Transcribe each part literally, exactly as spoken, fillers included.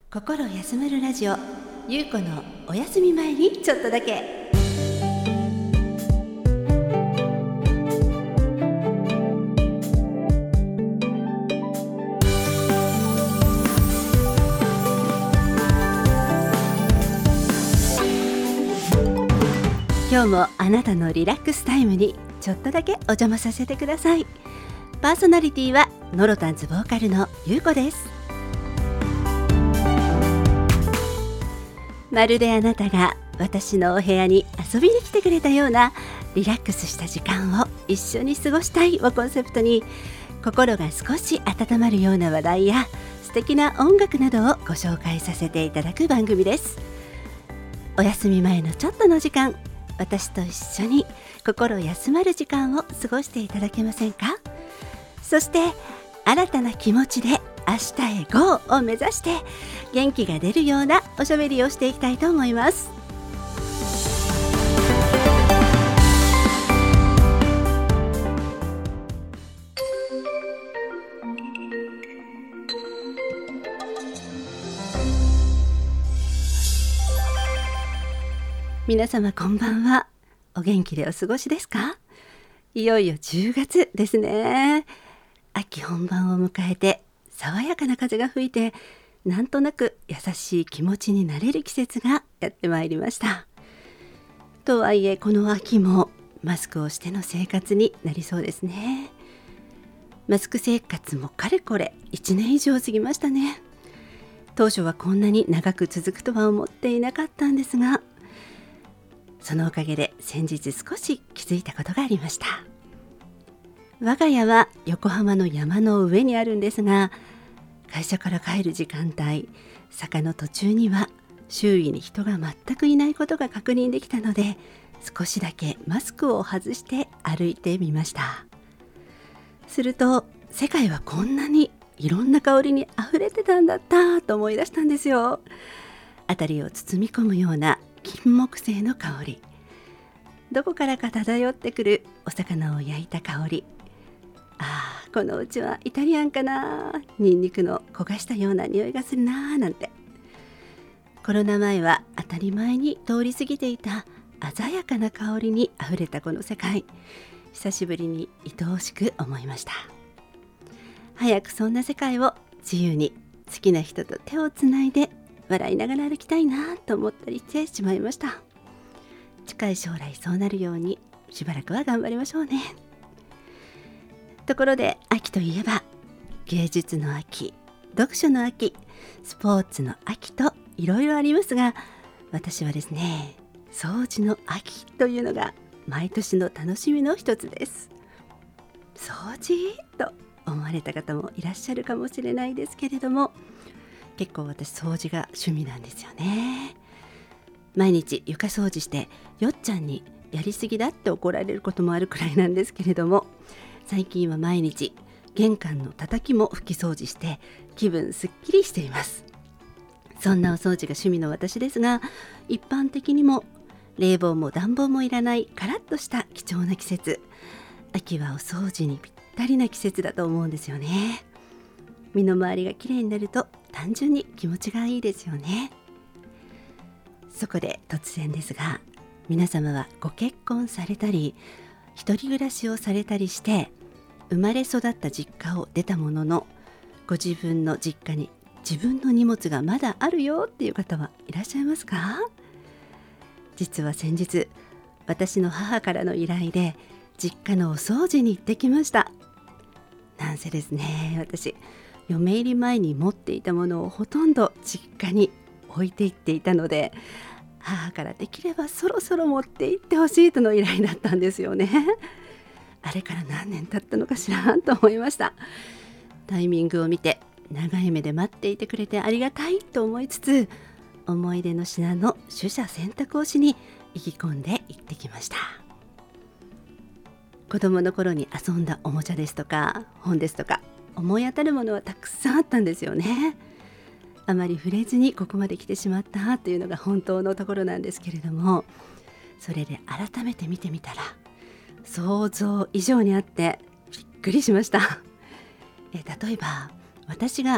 心休まるラジオ、ゆうこのお休み前にちょっとだけ。今日もあなたのリラックスタイムにちょっとだけお邪魔させてください。パーソナリティはノロタンズボーカルのゆうこです。まるであなたが私のお部屋に遊びに来てくれたようなリラックスした時間を一緒に過ごしたいをコンセプトに、心が少し温まるような話題や素敵な音楽などをご紹介させていただく番組です。お休み前のちょっとの時間、私と一緒に心休まる時間を過ごしていただけませんか？そして新たな気持ちで明日へ ゴー を目指して元気が出るようなおしゃべりをしていきたいと思います。皆様こんばんは。お元気でお過ごしですか？いよいよじゅうがつですね。秋本番を迎えて爽やかな風が吹いて、なんとなく優しい気持ちになれる季節がやってまいりました。とはいえこの秋もマスクをしての生活になりそうですね。マスク生活もかれこれいちねん以上過ぎましたね。当初はこんなに長く続くとは思っていなかったんですが、そのおかげで先日少し気づいたことがありました。我が家は横浜の山の上にあるんですが、会社から帰る時間帯、坂の途中には周囲に人が全くいないことが確認できたので、少しだけマスクを外して歩いてみました。すると世界はこんなにいろんな香りにあふれてたんだったと思い出したんですよ。辺りを包み込むような金木犀の香り、どこからか漂ってくるお魚を焼いた香り、ああこのうちはイタリアンかな、ニンニクの焦がしたような匂いがするななんて。コロナ前は当たり前に通り過ぎていた鮮やかな香りにあふれたこの世界、久しぶりに愛おしく思いました。早くそんな世界を自由に好きな人と手をつないで笑いながら歩きたいなと思ったりしてしまいました。近い将来そうなるようにしばらくは頑張りましょうね。ところで秋といえば芸術の秋、読書の秋、スポーツの秋といろいろありますが、私はですね、掃除の秋というのが毎年の楽しみの一つです。掃除と思われた方もいらっしゃるかもしれないですけれども、結構私掃除が趣味なんですよね。毎日床掃除してよっちゃんにやりすぎだって怒られることもあるくらいなんですけれども、最近は毎日玄関の叩きも拭き掃除して気分すっきりしています。そんなお掃除が趣味の私ですが、一般的にも冷房も暖房もいらないカラッとした貴重な季節、秋はお掃除にぴったりな季節だと思うんですよね。身の回りがきれいになると単純に気持ちがいいですよね。そこで突然ですが、皆様はご結婚されたり一人暮らしをされたりして生まれ育った実家を出たものの、ご自分の実家に自分の荷物がまだあるよっていう方はいらっしゃいますか？実は先日私の母からの依頼で実家のお掃除に行ってきました。なんせですね、私嫁入り前に持っていたものをほとんど実家に置いていっていたので、母からできればそろそろ持って行ってほしいとの依頼だったんですよね。あれから何年経ったのかしらと思いました。タイミングを見て長い目で待っていてくれてありがたいと思いつつ、思い出の品の取捨選択をしに意気込んで行ってきました。子供の頃に遊んだおもちゃですとか本ですとか、思い当たるものはたくさんあったんですよね。あまり触れずにここまで来てしまったというのが本当のところなんですけれども、それで改めて見てみたら想像以上にあってびっくりしました。え例えば私が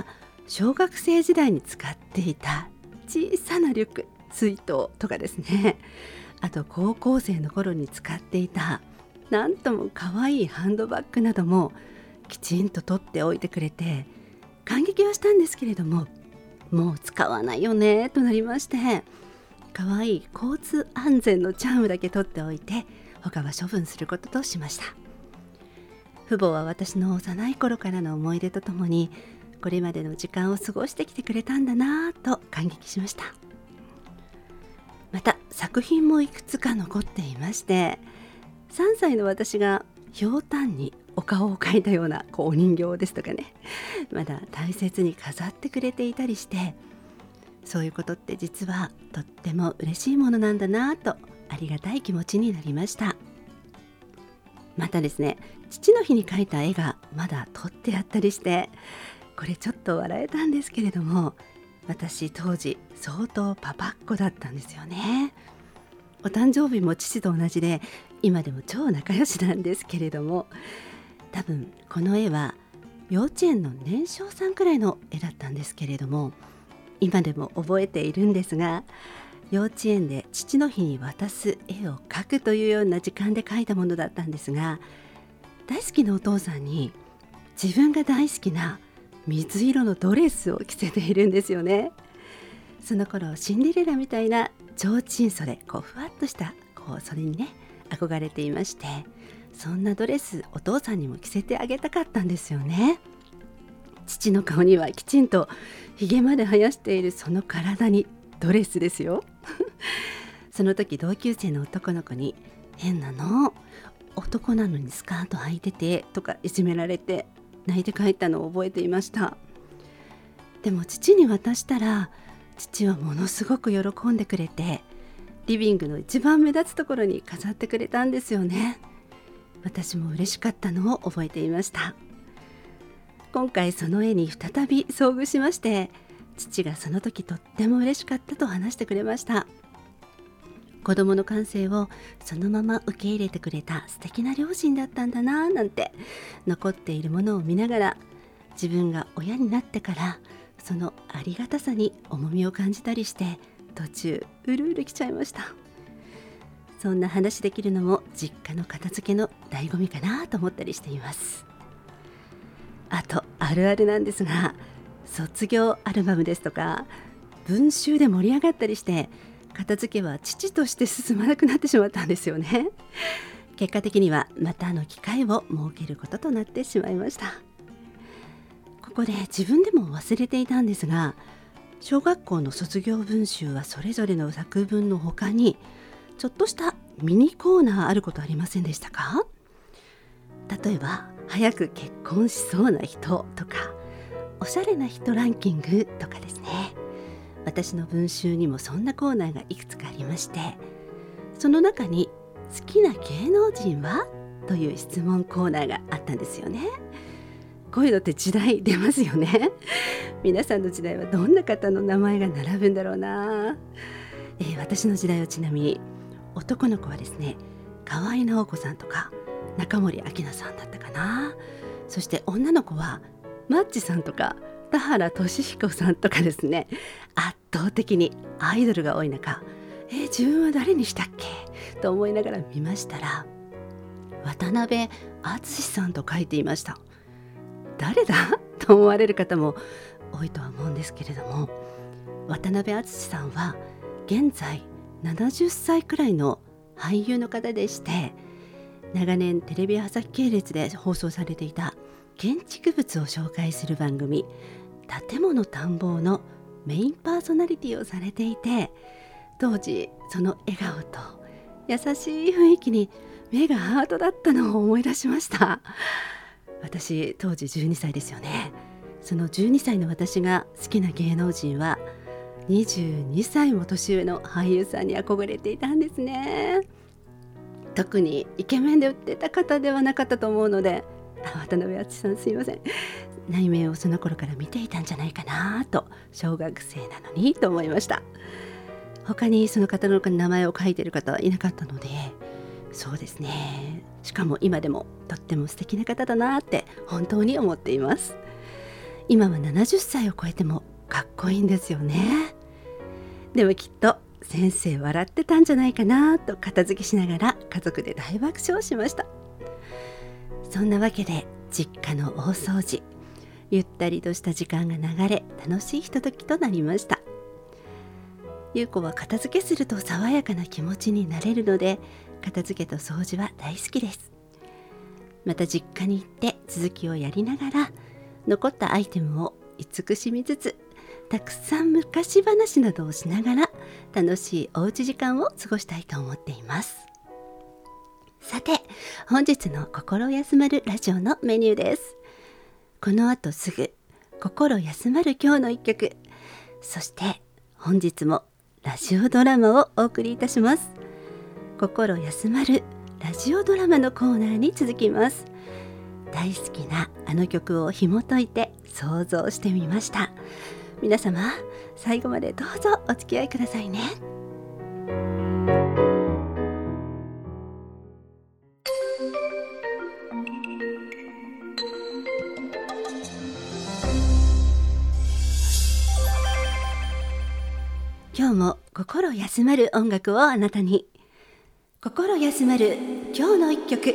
小学生時代に使っていた小さなリュック、水筒とかですね、あと高校生の頃に使っていたなんとも可愛いハンドバッグなどもきちんと取っておいてくれて、感激はしたんですけれども、もう使わないよねとなりまして、可愛い交通安全のチャームだけ取っておいて、他は処分することとしました。父母は私の幼い頃からの思い出とともにこれまでの時間を過ごしてきてくれたんだなぁと感激しました。また作品もいくつか残っていまして、さんさいの私がひょうたんにお顔を描いたようなこうお人形ですとかね、まだ大切に飾ってくれていたりして、そういうことって実はとっても嬉しいものなんだなぁとありがたい気持ちになりました。またですね、父の日に描いた絵がまだ撮ってあったりして、これちょっと笑えたんですけれども、私当時相当パパっ子だったんですよね。お誕生日も父と同じで今でも超仲良しなんですけれども、多分この絵は幼稚園の年少さんくらいの絵だったんですけれども、今でも覚えているんですが、幼稚園で父の日に渡す絵を描くというような時間で描いたものだったんですが、大好きなお父さんに自分が大好きな水色のドレスを着せているんですよね。その頃シンデレラみたいな提灯袖、こうふわっとしたこうそれにね憧れていまして、そんなドレスお父さんにも着せてあげたかったんですよね。父の顔にはきちんとひげまで生やしているその体にドレスですよその時同級生の男の子に、変なの、男なのにスカート履いててとかいじめられて泣いて帰ったのを覚えていました。でも父に渡したら、父はものすごく喜んでくれて、リビングの一番目立つところに飾ってくれたんですよね。私も嬉しかったのを覚えていました。今回その絵に再び遭遇しまして、父がその時とっても嬉しかったと話してくれました。子供の感性をそのまま受け入れてくれた素敵な両親だったんだなぁなんて、残っているものを見ながら自分が親になってからそのありがたさに重みを感じたりして、途中うるうるきちゃいました。そんな話できるのも実家の片付けの醍醐味かなと思ったりしています。あとあるあるなんですが、卒業アルバムですとか文集で盛り上がったりして、片付けは父として進まなくなってしまったんですよね。結果的にはまたの機会を設けることとなってしまいました。ここで自分でも忘れていたんですが、小学校の卒業文集はそれぞれの作文の他にちょっとしたミニコーナーあることありませんでしたか？例えば早く結婚しそうな人とか、おしゃれな人ランキングとかですね。私の文集にもそんなコーナーがいくつかありまして、その中に好きな芸能人はという質問コーナーがあったんですよね。こういうのって時代出ますよね。皆さんの時代はどんな方の名前が並ぶんだろうな、えー、私の時代はちなみに男の子はですね、河合直子さんとか中森明菜さんだったかな。そして女の子はマッチさんとか田原俊彦さんとかですね、圧倒的にアイドルが多い中、えー、自分は誰にしたっけと思いながら見ましたら、渡辺篤さんと書いていました。誰だと思われる方も多いとは思うんですけれども、渡辺篤さんは現在ななじゅっさいくらいの俳優の方でして、長年テレビ朝日系列で放送されていた建築物を紹介する番組建物探訪のメインパーソナリティをされていて、当時その笑顔と優しい雰囲気に目がハートだったのを思い出しました。私当時じゅうにさいですよね。そのじゅうにさいの私が好きな芸能人はにじゅうにさいも年上の俳優さんに憧れていたんですね。特にイケメンで売ってた方ではなかったと思うので、渡辺篤さんすいません、内面をその頃から見ていたんじゃないかなと、小学生なのにと思いました。他にその方の名前を書いている方はいなかったので、そうですね、しかも今でもとっても素敵な方だなって本当に思っています。 今はななじゅっさいを超えてもかっこいいんですよね。でもきっと先生笑ってたんじゃないかなと片付けしながら家族で大爆笑しました。そんなわけで実家の大掃除、ゆったりとした時間が流れ、楽しいひとときとなりました。ゆうこは片付けすると爽やかな気持ちになれるので、片付けと掃除は大好きです。また実家に行って続きをやりながら、残ったアイテムを慈しみつつ、たくさん昔話などをしながら楽しいおうち時間を過ごしたいと思っています。さて、本日の心休まるラジオのメニューです。この後すぐ心休まる今日の一曲、そして本日もラジオドラマをお送りいたします。心休まるラジオドラマのコーナーに続きます。大好きなあの曲を紐解いて想像してみました。皆様、最後までどうぞお付き合いくださいね。今日も心休まる音楽をあなたに。心休まる今日の一曲。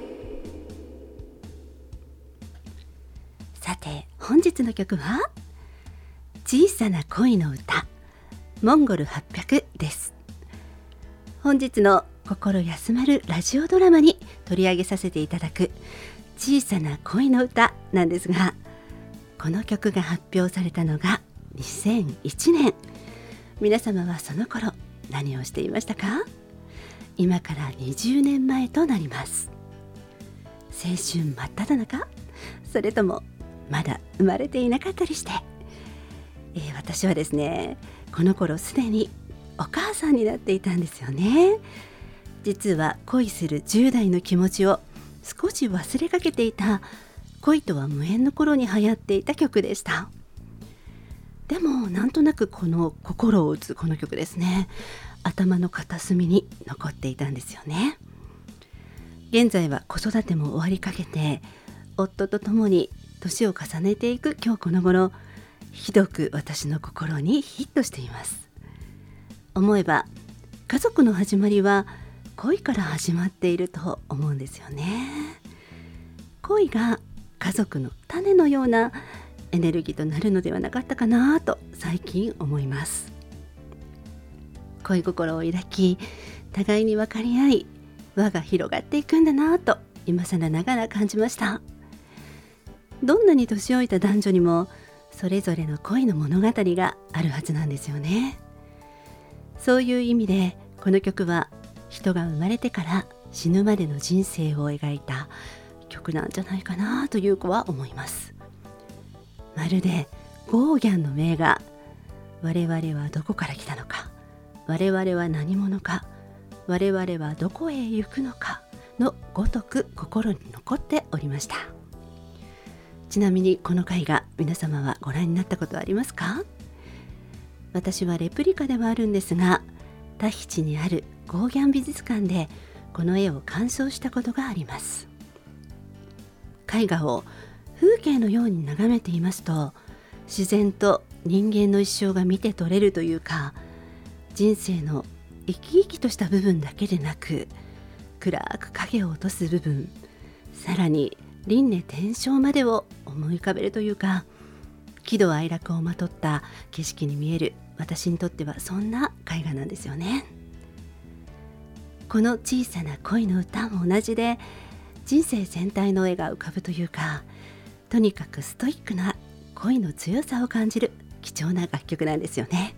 さて、本日の曲は小さな恋の歌、モンゴルはっぴゃくです。本日の心休まるラジオドラマに取り上げさせていただく小さな恋の歌なんですが、この曲が発表されたのがにせんいちねん。皆様はその頃何をしていましたか？今からにじゅうねんまえとなります。青春真っ只中？それともまだ生まれていなかったりして、えー、私はですね、この頃すでにお母さんになっていたんですよね。実は恋するじゅう代の気持ちを少し忘れかけていた恋とは無縁の頃に流行っていた曲でした。でもなんとなくこの心を打つこの曲ですね、頭の片隅に残っていたんですよね。現在は子育ても終わりかけて、夫と共に年を重ねていく今日この頃、ひどく私の心にヒットしています。思えば家族の始まりは恋から始まっていると思うんですよね。恋が家族の種のようなエネルギーとなるのではなかったかなと最近思います。恋心を抱き、互いに分かり合い、輪が広がっていくんだなと今更ながら感じました。どんなに年老いた男女にもそれぞれの恋の物語があるはずなんですよね。そういう意味でこの曲は人が生まれてから死ぬまでの人生を描いた曲なんじゃないかなという子は思います。まるでゴーギャンの名画、我々はどこから来たのか、我々は何者か、我々はどこへ行くのかのごとく心に残っておりました。ちなみにこの絵画、皆様はご覧になったことはありますか？私はレプリカではあるんですが、タヒチにあるゴーギャン美術館でこの絵を鑑賞したことがあります。絵画を風景のように眺めていますと、自然と人間の一生が見て取れるというか、人生の生き生きとした部分だけでなく、暗く影を落とす部分、さらに輪廻転生までを思い浮かべるというか、喜怒哀楽をまとった景色に見える私にとってはそんな絵画なんですよね。この小さな恋の歌も同じで、人生全体の絵が浮かぶというか、とにかくストイックな恋の強さを感じる貴重な楽曲なんですよね。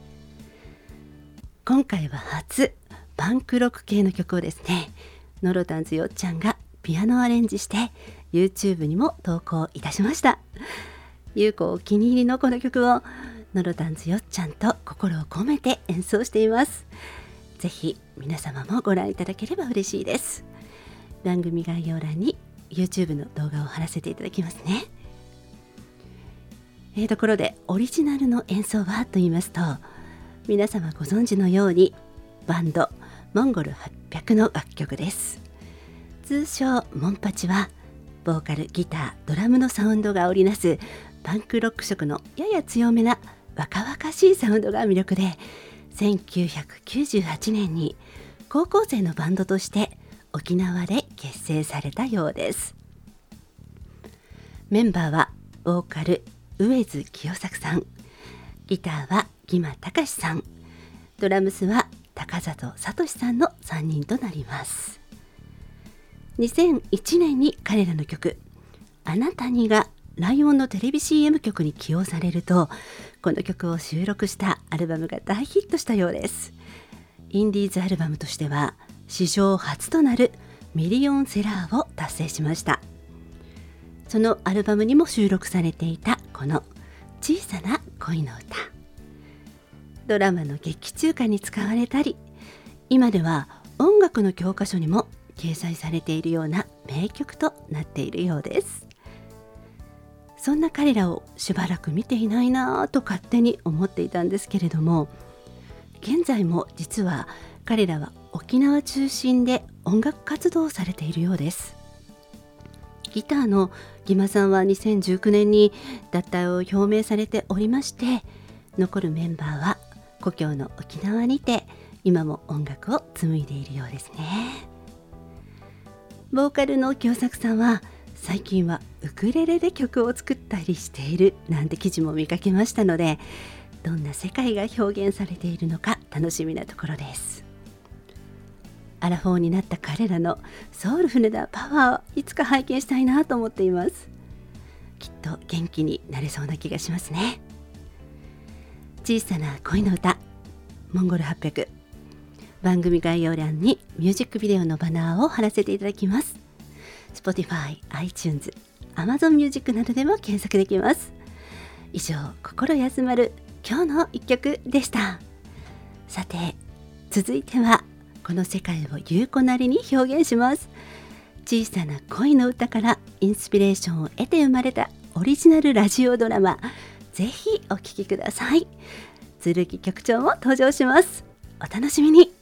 今回は初パンクロック系の曲をですね、ノロタンズよっちゃんがピアノアレンジして YouTube にも投稿いたしました。ゆうこお気に入りのこの曲をノロタンズよっちゃんと心を込めて演奏しています。ぜひ皆様もご覧いただければ嬉しいです。番組概要欄に YouTube の動画を貼らせていただきますね。えー、ところでオリジナルの演奏はと言いますと、皆様ご存知のようにバンドモンゴルはっぴゃくの楽曲です。通称モンパチはボーカル、ギター、ドラムのサウンドが織りなすパンクロック色のやや強めな若々しいサウンドが魅力で、せんきゅうひゃくきゅうじゅうはちねんに高校生のバンドとして沖縄で結成されたようです。メンバーはボーカル上津清作さん、ギターはギマ隆さん、ドラムスは高里聡さんのさんにんとなります。にせんいちねんに彼らの曲あなたにがライオンのテレビ シーエム 曲に起用されると、この曲を収録したアルバムが大ヒットしたようです。インディーズアルバムとしては史上初となるミリオンセラーを達成しました。そのアルバムにも収録されていたこの小さな恋の歌、ドラマの劇中歌に使われたり、今では音楽の教科書にも掲載されているような名曲となっているようです。そんな彼らをしばらく見ていないなぁと勝手に思っていたんですけれども、現在も実は彼らは沖縄中心で音楽活動をされているようです。ギターのギマさんはにせんじゅうきゅうねんに脱退を表明されておりまして、残るメンバーは故郷の沖縄にて今も音楽を紡いでいるようですね。ボーカルの清作さんは最近はウクレレで曲を作ったりしているなんて記事も見かけましたので、どんな世界が表現されているのか楽しみなところです。アラフォーになった彼らのソウルフルなパワーをいつか拝見したいなと思っています。きっと元気になれそうな気がしますね。小さな恋の歌モンゴルはっぴゃく、番組概要欄にミュージックビデオのバナーを貼らせていただきます。 Spotify、iTunes、Amazon Music などでも検索できます。以上、心休まる今日の一曲でした。さて、続いてはこの世界を優子なりに表現します。小さな恋の歌からインスピレーションを得て生まれたオリジナルラジオドラマ、ぜひお聴きください。剣局長も登場します。お楽しみに。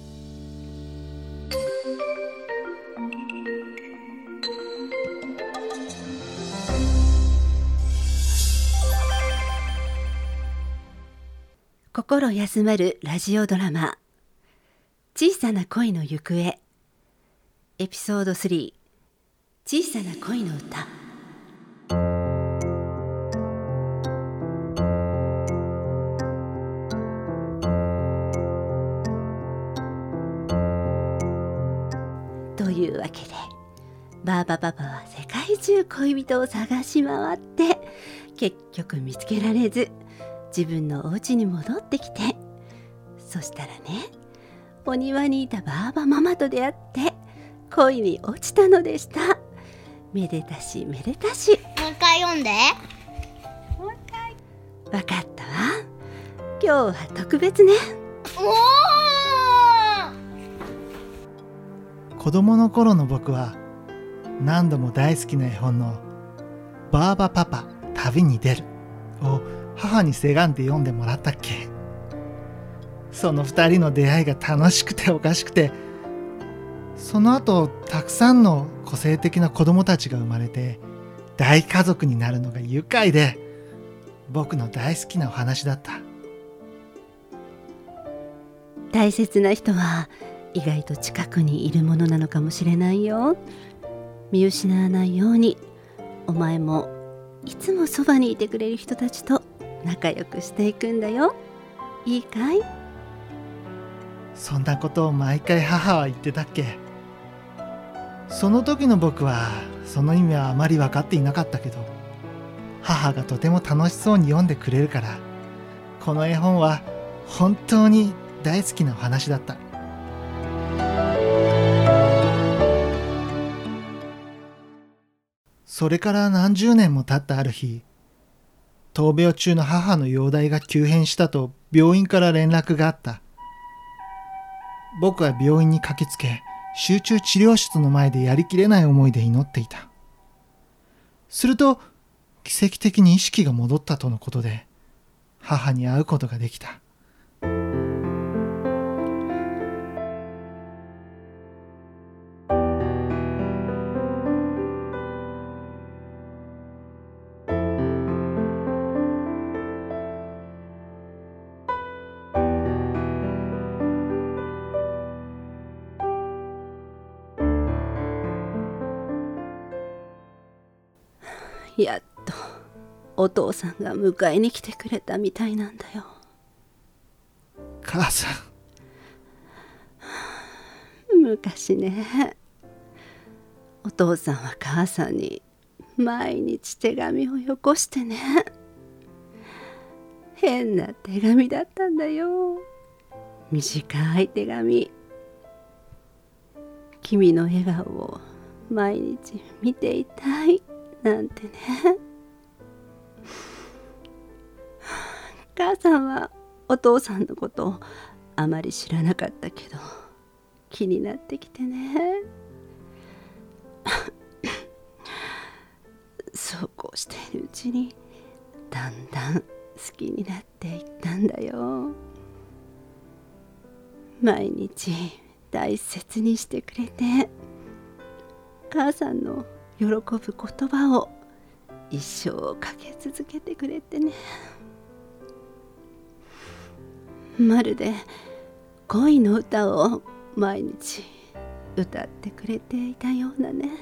心休まるラジオドラマ、小さな恋の行方、エピソードスリー、小さな恋の歌。というわけで、バーバパパは世界中恋人を探し回って結局見つけられず、自分のお家に戻ってきて、そしたらね、お庭にいたバーバママと出会って恋に落ちたのでした。めでたしめでたし。 もう一回読んで。 もう一回。わかったわ。今日は特別ね。 おー！子供の頃の僕は何度も大好きな絵本のバーバパパ旅に出るを母にせがんで読んでもらったっけ。その二人の出会いが楽しくておかしくて、その後たくさんの個性的な子供たちが生まれて大家族になるのが愉快で、僕の大好きなお話だった。 大切な人は意外と近くにいるものなのかもしれないよ。見失わないように、お前もいつもそばにいてくれる人たちと仲良くしていくんだよ。いいかい？ そんなことを毎回母は言ってたっけ。その時の僕はその意味はあまり分かっていなかったけど、母がとても楽しそうに読んでくれるから、この絵本は本当に大好きなお話だった。それから何十年も経ったある日、闘病中の母の容体が急変したと病院から連絡があった。僕は病院に駆けつけ、集中治療室の前でやりきれない思いで祈っていた。すると奇跡的に意識が戻ったとのことで、母に会うことができた。 やっとお父さんが迎えに来てくれたみたいなんだよ。 母さん、昔ね、お父さんは母さんに毎日手紙をよこしてね、変な手紙だったんだよ。短い手紙。君の笑顔を毎日見ていたいなんてね。母さんはお父さんのことをあまり知らなかったけど気になってきてね。そうこうしているうちにだんだん好きになっていったんだよ。毎日大切にしてくれて、母さんの喜ぶ言葉を一生かけ続けてくれてね。まるで恋の歌を毎日歌ってくれていたようなね、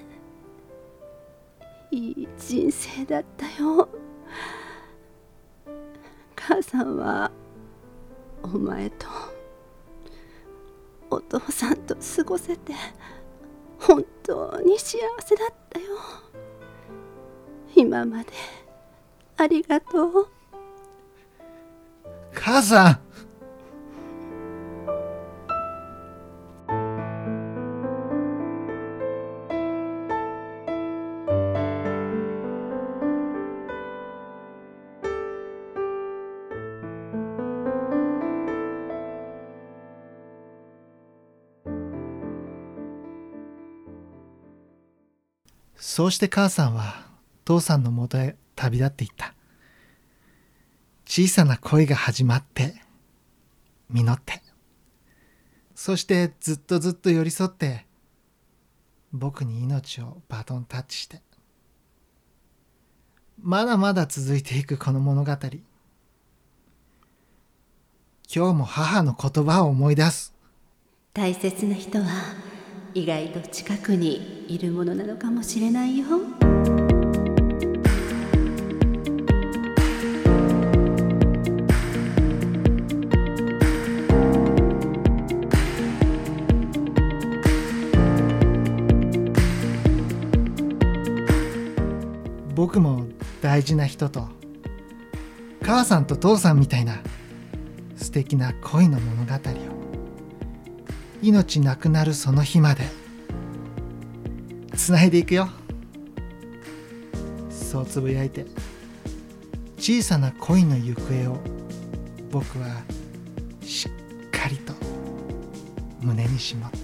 いい人生だったよ。母さんはお前とお父さんと過ごせて本当に幸せだったよ。今までありがとう。 母さん。そうして母さんは父さんのもとへ旅立っていった。小さな恋が始まって実って、そしてずっとずっと寄り添って僕に命をバトンタッチして、まだまだ続いていくこの物語。今日も母の言葉を思い出す。 大切な人は意外と近くにいるものなのかもしれないよ。 僕も大事な人と、母さんと父さんみたいな素敵な恋の物語を命なくなるその日までつないでいくよ。そうつぶやいて、小さな恋の行方を僕はしっかりと胸にしまった。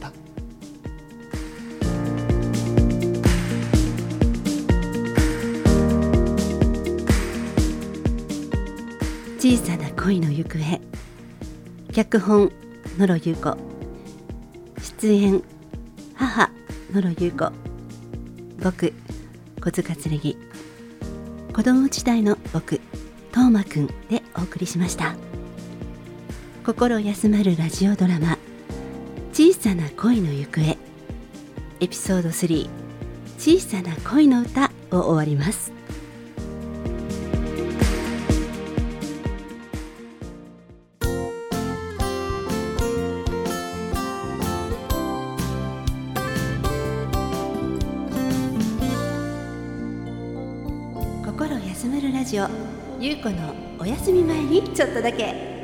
小さな恋の行方。脚本野呂優子、出演母野呂優子、僕小塚つるぎ、子供時代の僕トーマくんでお送りしました。心休まるラジオドラマ小さな恋の行方、エピソードスリー、小さな恋の歌を終わります。心休まるラジオ、ゆうこのお休み前にちょっとだけ。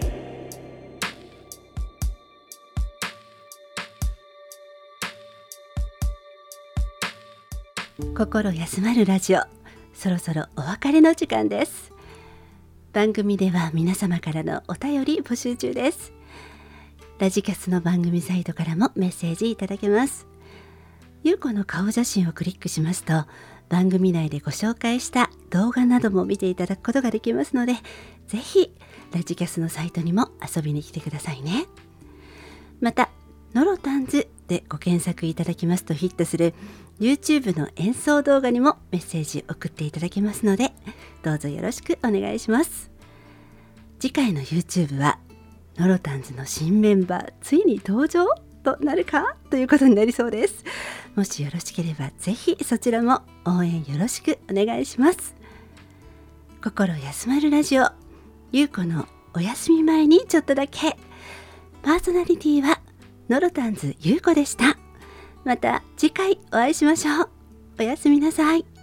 心休まるラジオ、そろそろお別れの時間です。番組では皆様からのお便り募集中です。ラジキャスの番組サイトからもメッセージいただけます。ゆうこの顔写真をクリックしますと、番組内でご紹介した動画なども見ていただくことができますので、ぜひラジキャスのサイトにも遊びに来てくださいね。またノロタンズでご検索いただきますとヒットする YouTube の演奏動画にもメッセージ送っていただけますので、どうぞよろしくお願いします。次回の YouTube はノロタンズの新メンバーついに登場となるかということになりそうです。もしよろしければぜひそちらも応援よろしくお願いします。 心休まるラジオ、ゆうこのお休み前にちょっとだけ。パーソナリティはノロタンズゆうこでした。また次回お会いしましょう。おやすみなさい。